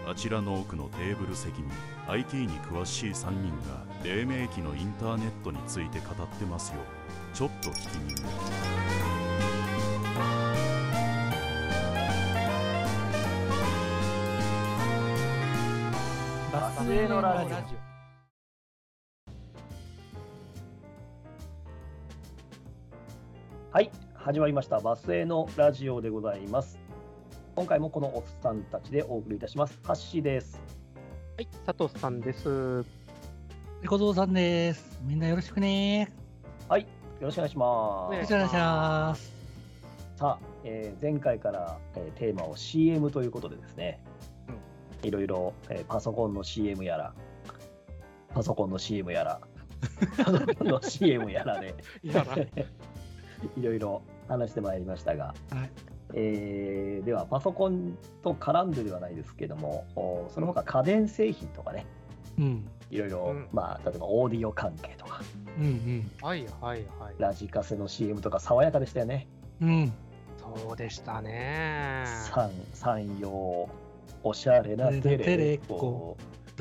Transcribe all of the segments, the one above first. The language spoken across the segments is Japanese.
あちらの奥のテーブル席に IT に詳しい3人が黎明期のインターネットについて語ってますよ。ちょっと聞きに。 バスへのラジオ。はい、始まりましたバスへのラジオでございます。今回もこのおっさんたちでお送りいたします。ハッシーです。 はい、佐藤さんです。 小僧さんです。みんなよろしくね。 はい、よろしくお願いします。 よろしくお願いします。 さあ、前回から、テーマを CM ということでですね、いろいろ、パソコンの CM やら、パソコンの CM やら、パソコンの CM やらで、いろいろ話してまいりましたが、 はいではパソコンと絡んでではないですけども、その他家電製品とかね、いろいろ、まあ、例えばオーディオ関係とか、 はいはいはい。 ラジカセの CM とか爽やかでしたよね。 そうでしたね。 山陽おしゃれなテレコ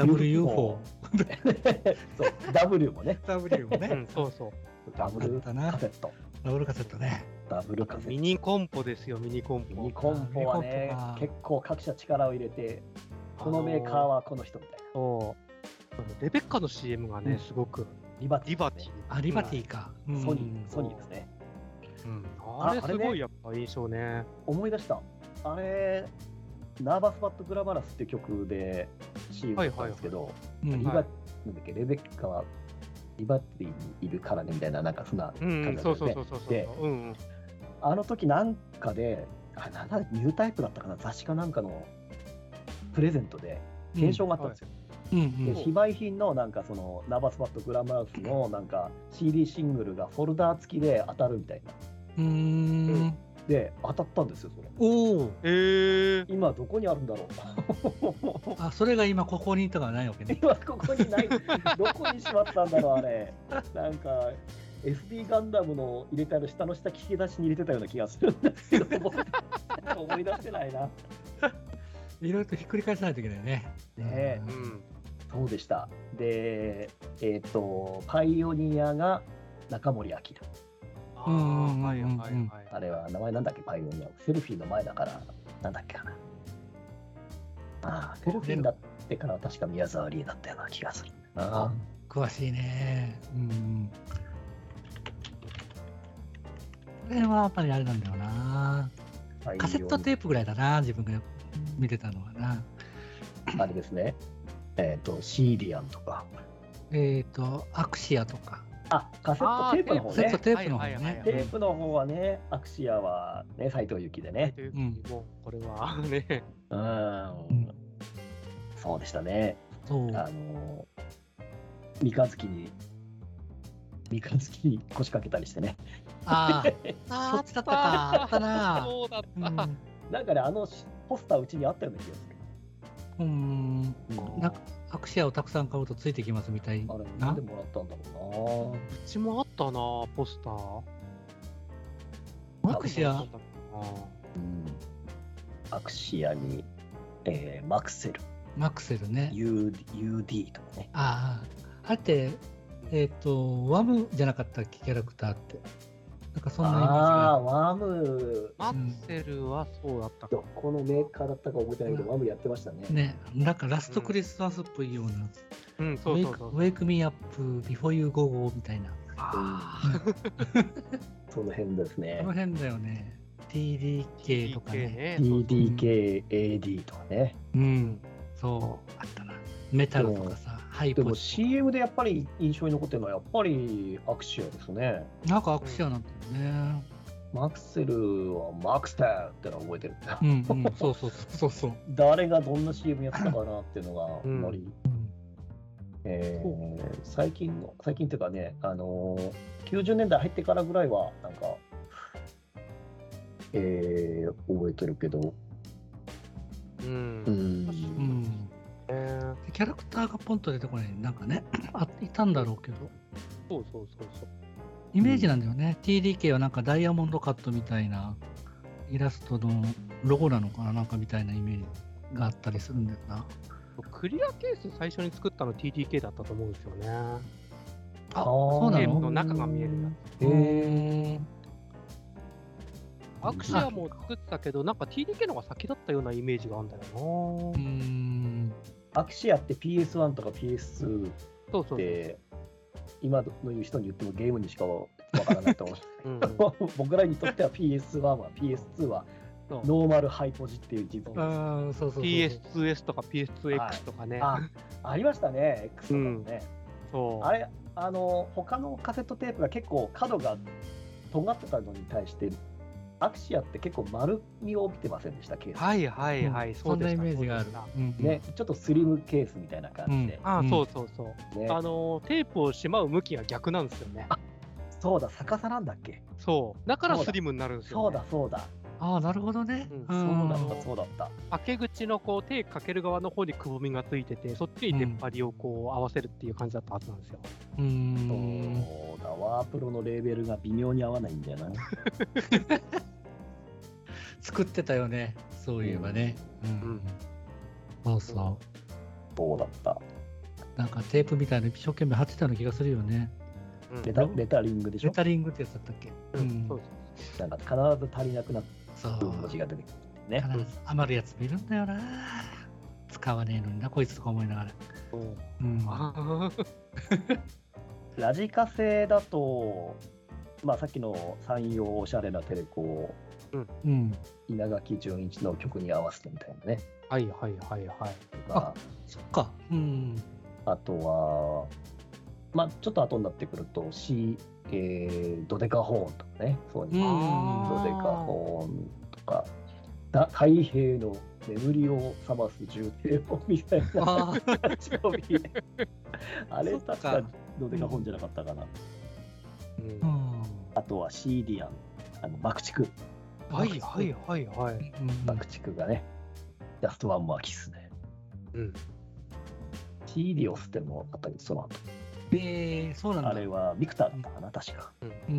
WFO そう W もね W もね、 そうそう。 ダブルカセットダブルカセットね。 ダブルカセットミニコンポですよ、ミニコンポ。 ミニコンポはね、結構各社力を入れて、このメーカーはこの人みたいな。 そうレベッカの CM がね、すごくリバティ。 リバティ。 あ、リバティか。 ソニーですね。 あれすごいやっぱ印象ね。 思い出した。あれ、ナーバスバットグラマラスって曲で CM だったんですけど、なんだっけ、レベッカはリバティにいるからねみたいな、なんかそんな感じだったんですね。で、あの時なんかで、ニュータイプだったかな、雑誌かなんかのプレゼントで懸賞があったんですよ。で非売品のなんかそのナーバスバットグラマラスのなんか CD シングルがフォルダー付きで当たるみたいな。で当たったんですよそれ。 おお。今どこにあるんだろう。 あ、それが今ここにとかないわけね。 今ここにない。どこにしまったんだろうあれ。なんか SD ガンダムの入れてある下の下聞き出しに入れてたような気がするんですけど、思い出せないな。 いろいろとひっくり返さないといけないね。 ね、そうでした。で、パイオニアが中森明菜。あれは名前なんだっけ、パイオニア。セルフィーの前だから、なんだっけかな。セルフィーになってから確か宮沢りえだったような気がする。 詳しいね。これはやっぱりあれなんだよな。カセットテープぐらいだな、自分が見てたのはな。 あれですね。シーディアンとか。 アクシアとか。 あ、カセットテープの方ね。 カセットテープの方ね。 テープの方はね、アクシアはね、斉藤由貴でね。 もうこれはね。 そうでしたね。三日月に腰掛けたりしてね。 ああ、そっちだったか。あったな。 そうだった。 なんかね、ポスターうちにあったような気がする。 なんかアクシアをたくさん買うとついてきますみたいな。 あれ、なんでもらったんだろうな。 うちもあったな、ポスター。 アクシア。 アクシアに、マクセルね。UD とかね。 あれって、ワムじゃなかったっけ、キャラクターって。なんかそんなイメージが。 ワム。 マクセルはそうだったか。 どこのメーカーだったか覚えてないけど、ワムやってましたね。 ね、なんかラストクリスマスっぽいような。 そう。 Wake me up before you go みたいな。 その辺ですね。 その辺だよね。TDK とかね。 TDK、AD とかね。 そう、あったな。メタルとかさ。 でも CM でやっぱり印象に残ってるのはやっぱりアクシアですね。 なんかアクシアなんだよね。 マクセルはマクセルってのは覚えてる。 そう。 誰がどんな CM やったかなっていうのがのり。最近っていうかね、90年代入ってからぐらいはなんか、覚えてるけど。 キャラクターがポンと出てこない、なんかね、いたんだろうけど。 そう。 イメージなんだよね。TDK はなんかダイヤモンドカットみたいなイラストのロゴなのかな、なんかみたいなイメージ。 があったりするんだよな。 クリアケース最初に作ったの TDK だったと思うんですよね。 あ、そうなゲームの？ の中が見えるやつ。アクシアも作ったけど、なんか TDK の方が先だったようなイメージがあるんだよアクシアって PS1 とか PS2 そうそうそう。 って今の言う人に言ってもゲームにしかわからないと思う。 うん僕らにとっては PS1 は PS2 はそうノーマルハイポジっていう実物です。 ああ、そうそうそう。 PS2S とか PS2X とかね。 ありましたね、X とかもね。 そう。 あれ、他のカセットテープが結構角が尖ってたのに対して、アクシアって結構丸みを帯びてませんでした、ケース。 はいはいはい、 そんなイメージがある。 ね、ちょっとスリムケースみたいな感じで。 そうそうそう。 ね、 テープをしまう向きが逆なんですよね。 そうだ、逆さなんだっけ。 そう。だからスリムになるんですよ、 そうだそうだ。 ああ、なるほどね。 そうだったそうだった。 開け口のこう手かける側の方にくぼみがついてて、そっちに出っ張りをこう合わせるっていう感じだったはずなんですよ。 そうだ、ワープロのレーベルが微妙に合わないんだよな。 作ってたよね、そういえばね。そうそう。 そうだった。 なんかテープみたいな一生懸命貼ってたような気がするよね。 レタリングでしょ。 レタリングってやつだったっけ。 そうそう。なんか必ず足りなくなった文字が出てくるね。 必ず余るやつもいるんだよな。使わねえのにな、こいつとか思いながら。 ラジカセだと、まあさっきの山陽おしゃれなテレコ、稲垣潤一の曲に合わせてみたいなね。 はいはいはいはい。 あ、そっか。 あとは、まあちょっと後になってくると、ドデカホーンとかね、そうにドデカホーンとか、太平の眠りを覚ます重低音みたいなあれ確かドデカホーンじゃなかったかな。あとはシーディアン、爆竹。 はいはいはいはい。 爆竹がね、ジャストワンマーキスね。シーディオスってのもあったり、その後。 そうなんだ。 あれはビクターだったかな、確か。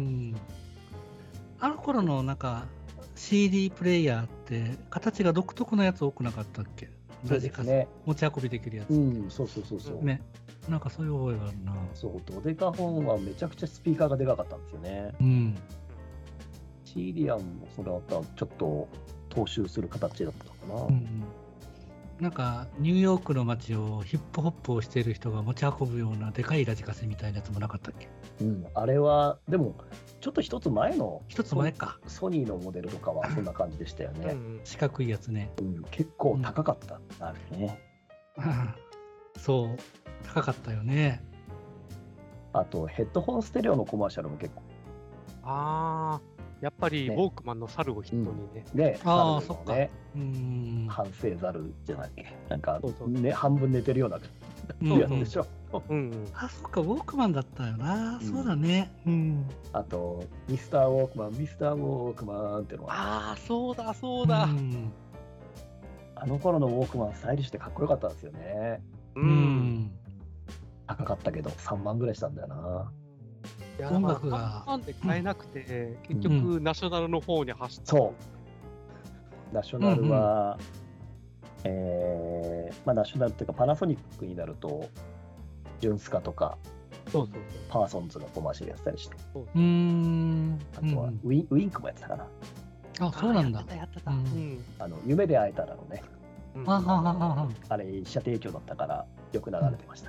あの頃のなんか CD プレイヤーって形が独特なやつ多くなかったっけ？ラジカセ持ち運びできるやつ。 そうそうそうそう。 ね。なんかそういう覚えがあるな。 そう、ドデカホンはめちゃくちゃスピーカーがでかかったんですよね。シーディアンもそれはちょっと踏襲する形だったかな。 なんかニューヨークの街をヒップホップをしている人が持ち運ぶようなでかいラジカセみたいなやつもなかったっけ？ あれはでもちょっと一つ前かソニーのモデルとかはそんな感じでしたよね。 四角いやつね。 結構高かった、あれね。 そう高かったよね。 あとヘッドホンステレオのコマーシャルも結構。 やっぱりウォークマンの猿を筆頭にね。 そっか。反省猿じゃないっけ。なんかね、半分寝てるようなやつでしょ。 そっか、ウォークマンだったよな。そうだね。 あとミスターウォークマン、ミスターウォークマンっていうのは。 そうだそうだ。 あの頃のウォークマンスタイリッシュでかっこよかったんですよね。高かったけど3万ぐらいしたんだよな。 音楽が 3万で買えなくて、結局ナショナルの方に走った。 ナショナルは、ナショナルっていうかパナソニックになるとジュンスカとかパーソンズがコマーシャルやったりして、あとはウィンクもやってたかな。 そうなんだ。 やってた。 夢で会えたらのね、あれ一社提供だったからよく流れてました。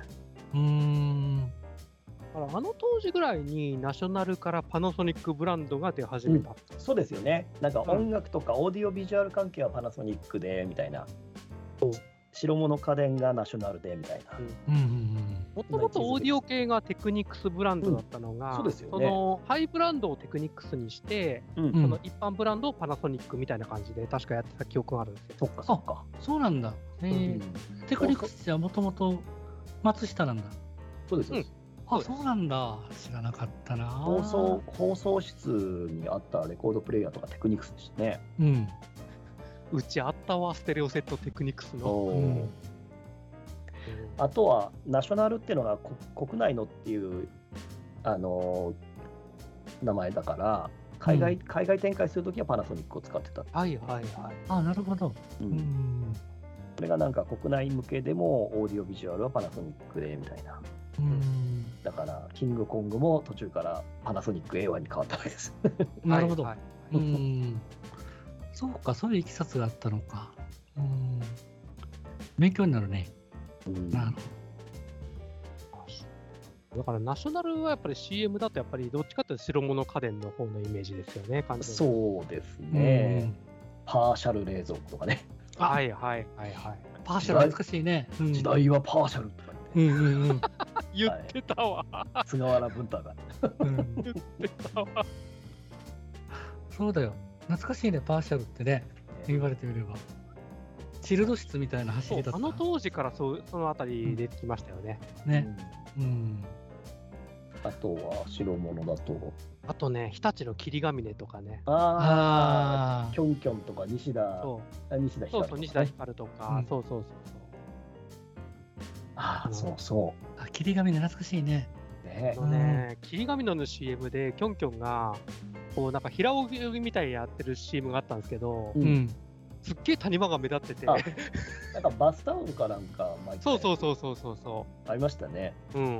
あの当時ぐらいにナショナルからパナソニックブランドが出始めた。 そうですよね。なんか音楽とかオーディオビジュアル関係はパナソニックでみたいな。白物家電がナショナルでみたいな。 もともとオーディオ系がテクニクスブランドだったのが、そのハイブランドをテクニクスにして、その一般ブランドをパナソニックみたいな感じで確かやってた記憶があるんですよ。 そっかそっか。 そうなんだ。テクニクスじゃもともと松下なんだ。 そうです。 そうなんだ。知らなかったな。 放送室にあったレコードプレイヤーとかテクニクスでしたね。 うちあったわ、ステレオセットテクニクスの。 あとはナショナルっていうのが国内のっていう名前だから海外展開するときはパナソニックを使ってた。 なるほど。 これがなんか国内向けでもオーディオビジュアルはパナソニックでみたいな。だからキングコングも途中からパナソニック A1 に変わったわけです。 なるほど。そうか、そういういきさつがあったのか。勉強になるね。なるほど。だからナショナルはやっぱり CM だとやっぱりどっちかというと白物家電の方のイメージですよね、完全に。 そうですね。パーシャル冷蔵庫とかね。 はいはいはいはい。 パーシャル懐かしいね。 時代はパーシャルとか言って。言ってたわ。 菅原文太が。 言ってたわ。 そうだよ。懐かしいね、パーシャルってね。言われてみれば。チルド室みたいな走りだった。 あの当時からそのあたり出てきましたよね。 ね。 あとは白物だと。 あとね、日立の霧ヶ峰とかね。 キョンキョンとか西田ひかるとか。 西田ひかるとか。そう。 そうそう。 霧ヶ峰懐かしいね。 霧ヶ峰の CM でキョンキョンがこうなんか平泳ぎみたいにやってる CM があったんですけど、すっげえ谷間が目立ってて、 なんかバスタオルかなんか巻いて、 そうありましたね。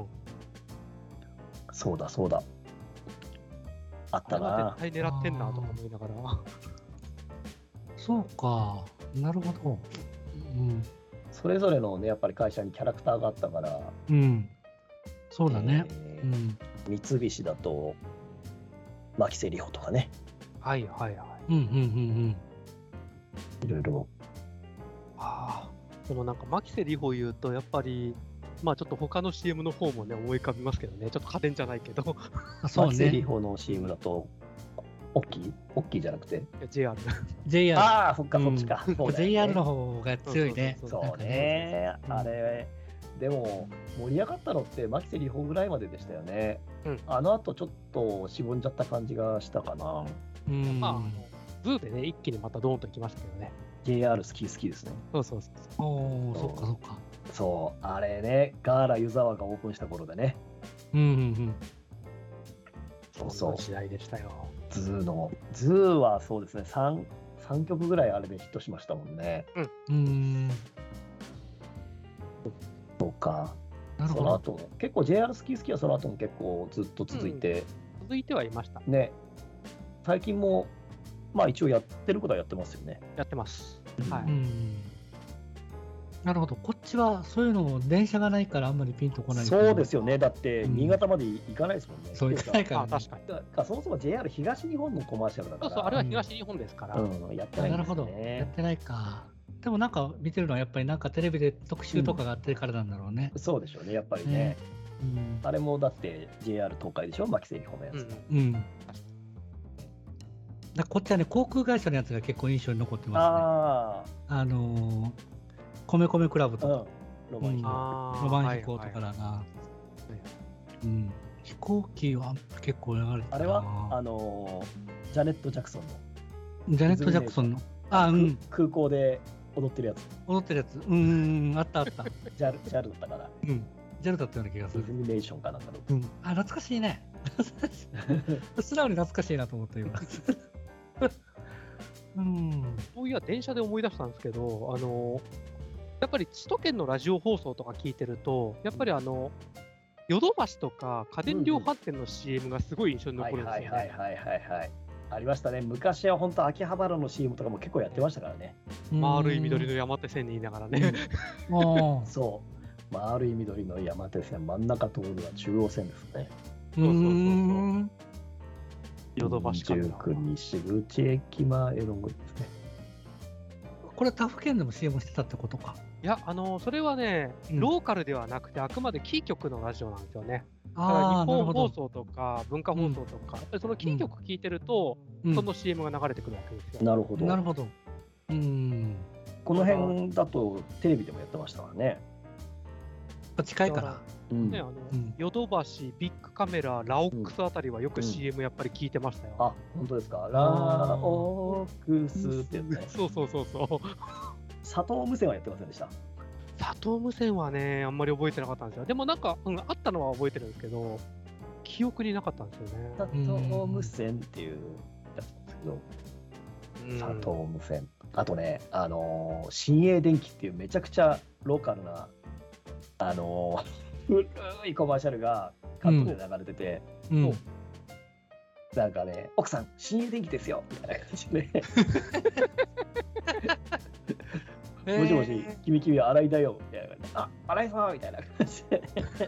そうだあったな。 絶対狙ってんなとか思いながら。 そうか、なるほど。 それぞれのね、やっぱり会社にキャラクターがあったから。 そうだね。 三菱だと牧瀬里穂とかね。 はい。 いろいろ。 でもなんか牧瀬里穂言うとやっぱりまあちょっと他の CM の方もね思い浮かびますけどね。ちょっと家電じゃないけど。 牧瀬里穂の CM だとオッキーじゃなくて JR。 そっちか。 JR の方が強いね。 そうね。あれでも盛り上がったのって牧瀬里穂ぐらいまででしたよね。あの後ちょっとしぼんじゃった感じがしたかな。 ズーでね一気にまたドーンときましたけどね。 JR 好きですね。 そう。 そっか。 そう、あれね、ガーラ湯沢がオープンした頃でね。 そう時代でしたよ。 ズーはそうですね、3曲ぐらいあれでヒットしましたもんね。そうか。その後結構 JR 好きはその後も結構ずっと続いて。 続いてはいましたね。最近もまあ一応やってることはやってますよね。 やってます。 なるほど。こっちはそういうの電車がないからあんまりピンとこない。 そうですよね。だって新潟まで行かないですもんね。 そう行かないから。 確かに。そもそも JR 東日本のコマーシャルだから。 そう、あれは東日本ですから。 やってないんですね。 なるほど。やってないか。でもなんか見てるのはやっぱりなんかテレビで特集とかがあってからなんだろうね。 そうでしょうね。やっぱりね。あれもだって JR 東海でしょ。牧瀬里穂のやつ。 こっちはね、航空会社のやつが結構印象に残ってますね。米米クラブとか、ロマン飛行とかだな。飛行機は結構流れてたな。 あれはジャネット・ジャクソンの空港で踊ってるやつ。 あった。 JAL だったから。 JAL だったような気がする。 ディズニメーションかなんかの。懐かしいね。素直に懐かしいなと思った今。 そういや電車で思い出したんですけど、やっぱり首都圏のラジオ放送とか聞いてると、やっぱりヨドバシとか家電量販店の CM がすごい印象に残るんですよね。 ありましたね。昔は本当秋葉原の CM とかも結構やってましたからね。 丸い緑の山手線に言いながらね。 そう。丸い緑の山手線、真ん中通るのは中央線ですね。 ヨドバシカメラ。 19西口駅前のですね。 これ他府県でも CM してたってことか。 いや、それはね、ローカルではなくて、あくまでキー局のラジオなんですよね。だから日本放送とか文化放送とか、そのキー局聞いてると、その CM が流れてくるわけですよ。 なるほど。この辺だとテレビでもやってましたからね。 近いから。 ヨドバシ、ビッグカメラ、ラオックスあたりはよく CM やっぱり聞いてましたよ。 あ、本当ですか。ラオックスってやつね。 そう。 佐藤無線はやってませんでした。 佐藤無線はね、あんまり覚えてなかったんですよ。でもなんか、あったのは覚えてるんですけど、記憶になかったんですよね。 佐藤無線っていうやつですけど、佐藤無線。 あとね、新鋭電機っていうめちゃくちゃローカルな、古いコマーシャルが関東で流れてて、なんかね、奥さん、新鋭電機ですよみたいな感じで、もしもし、君は新井だよみたいな感じで、あ、新井さんみたいな感じで、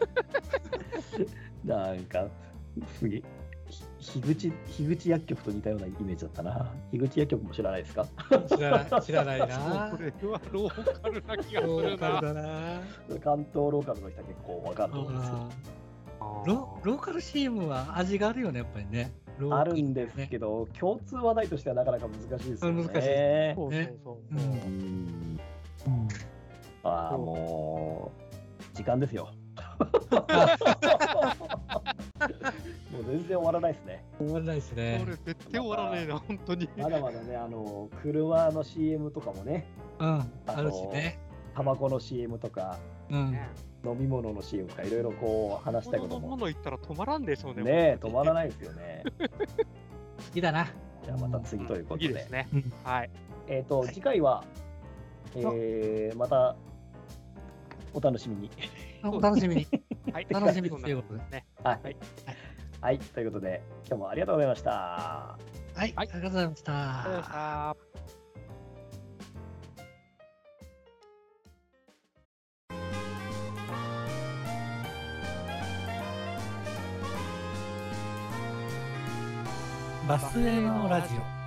なんか、すげえ。樋口薬局と似たようなイメージだったな。樋口薬局も知らないですか？ 知らないな。 これはローカルな気がするな。 関東ローカルの人は結構わかると思うんですけど。ローカル CM は味があるよね、やっぱりね。 あるんですけど、共通話題としてはなかなか難しいですよね。 難しい。 もう、時間ですよ。もう全然終わらないですね。 終わらないですね。 これ絶対終わらねえな、本当に。 まだまだね、車の CM とかもね、 あるしね。 タバコの CM とか、飲み物の CM とかいろいろこう話したいことも。 飲み物言ったら止まらんでしょうね。 ね、止まらないですよね。 好きだな。 じゃあまた次ということで。 次ですね。はい。 次回は、またお楽しみに。 お楽しみに。 はい。 楽しみということですね。 はい。はい。ということで、今日もありがとうございました。 はい。ありがとうございました。 ありがとうございました。 バスへのラジオ。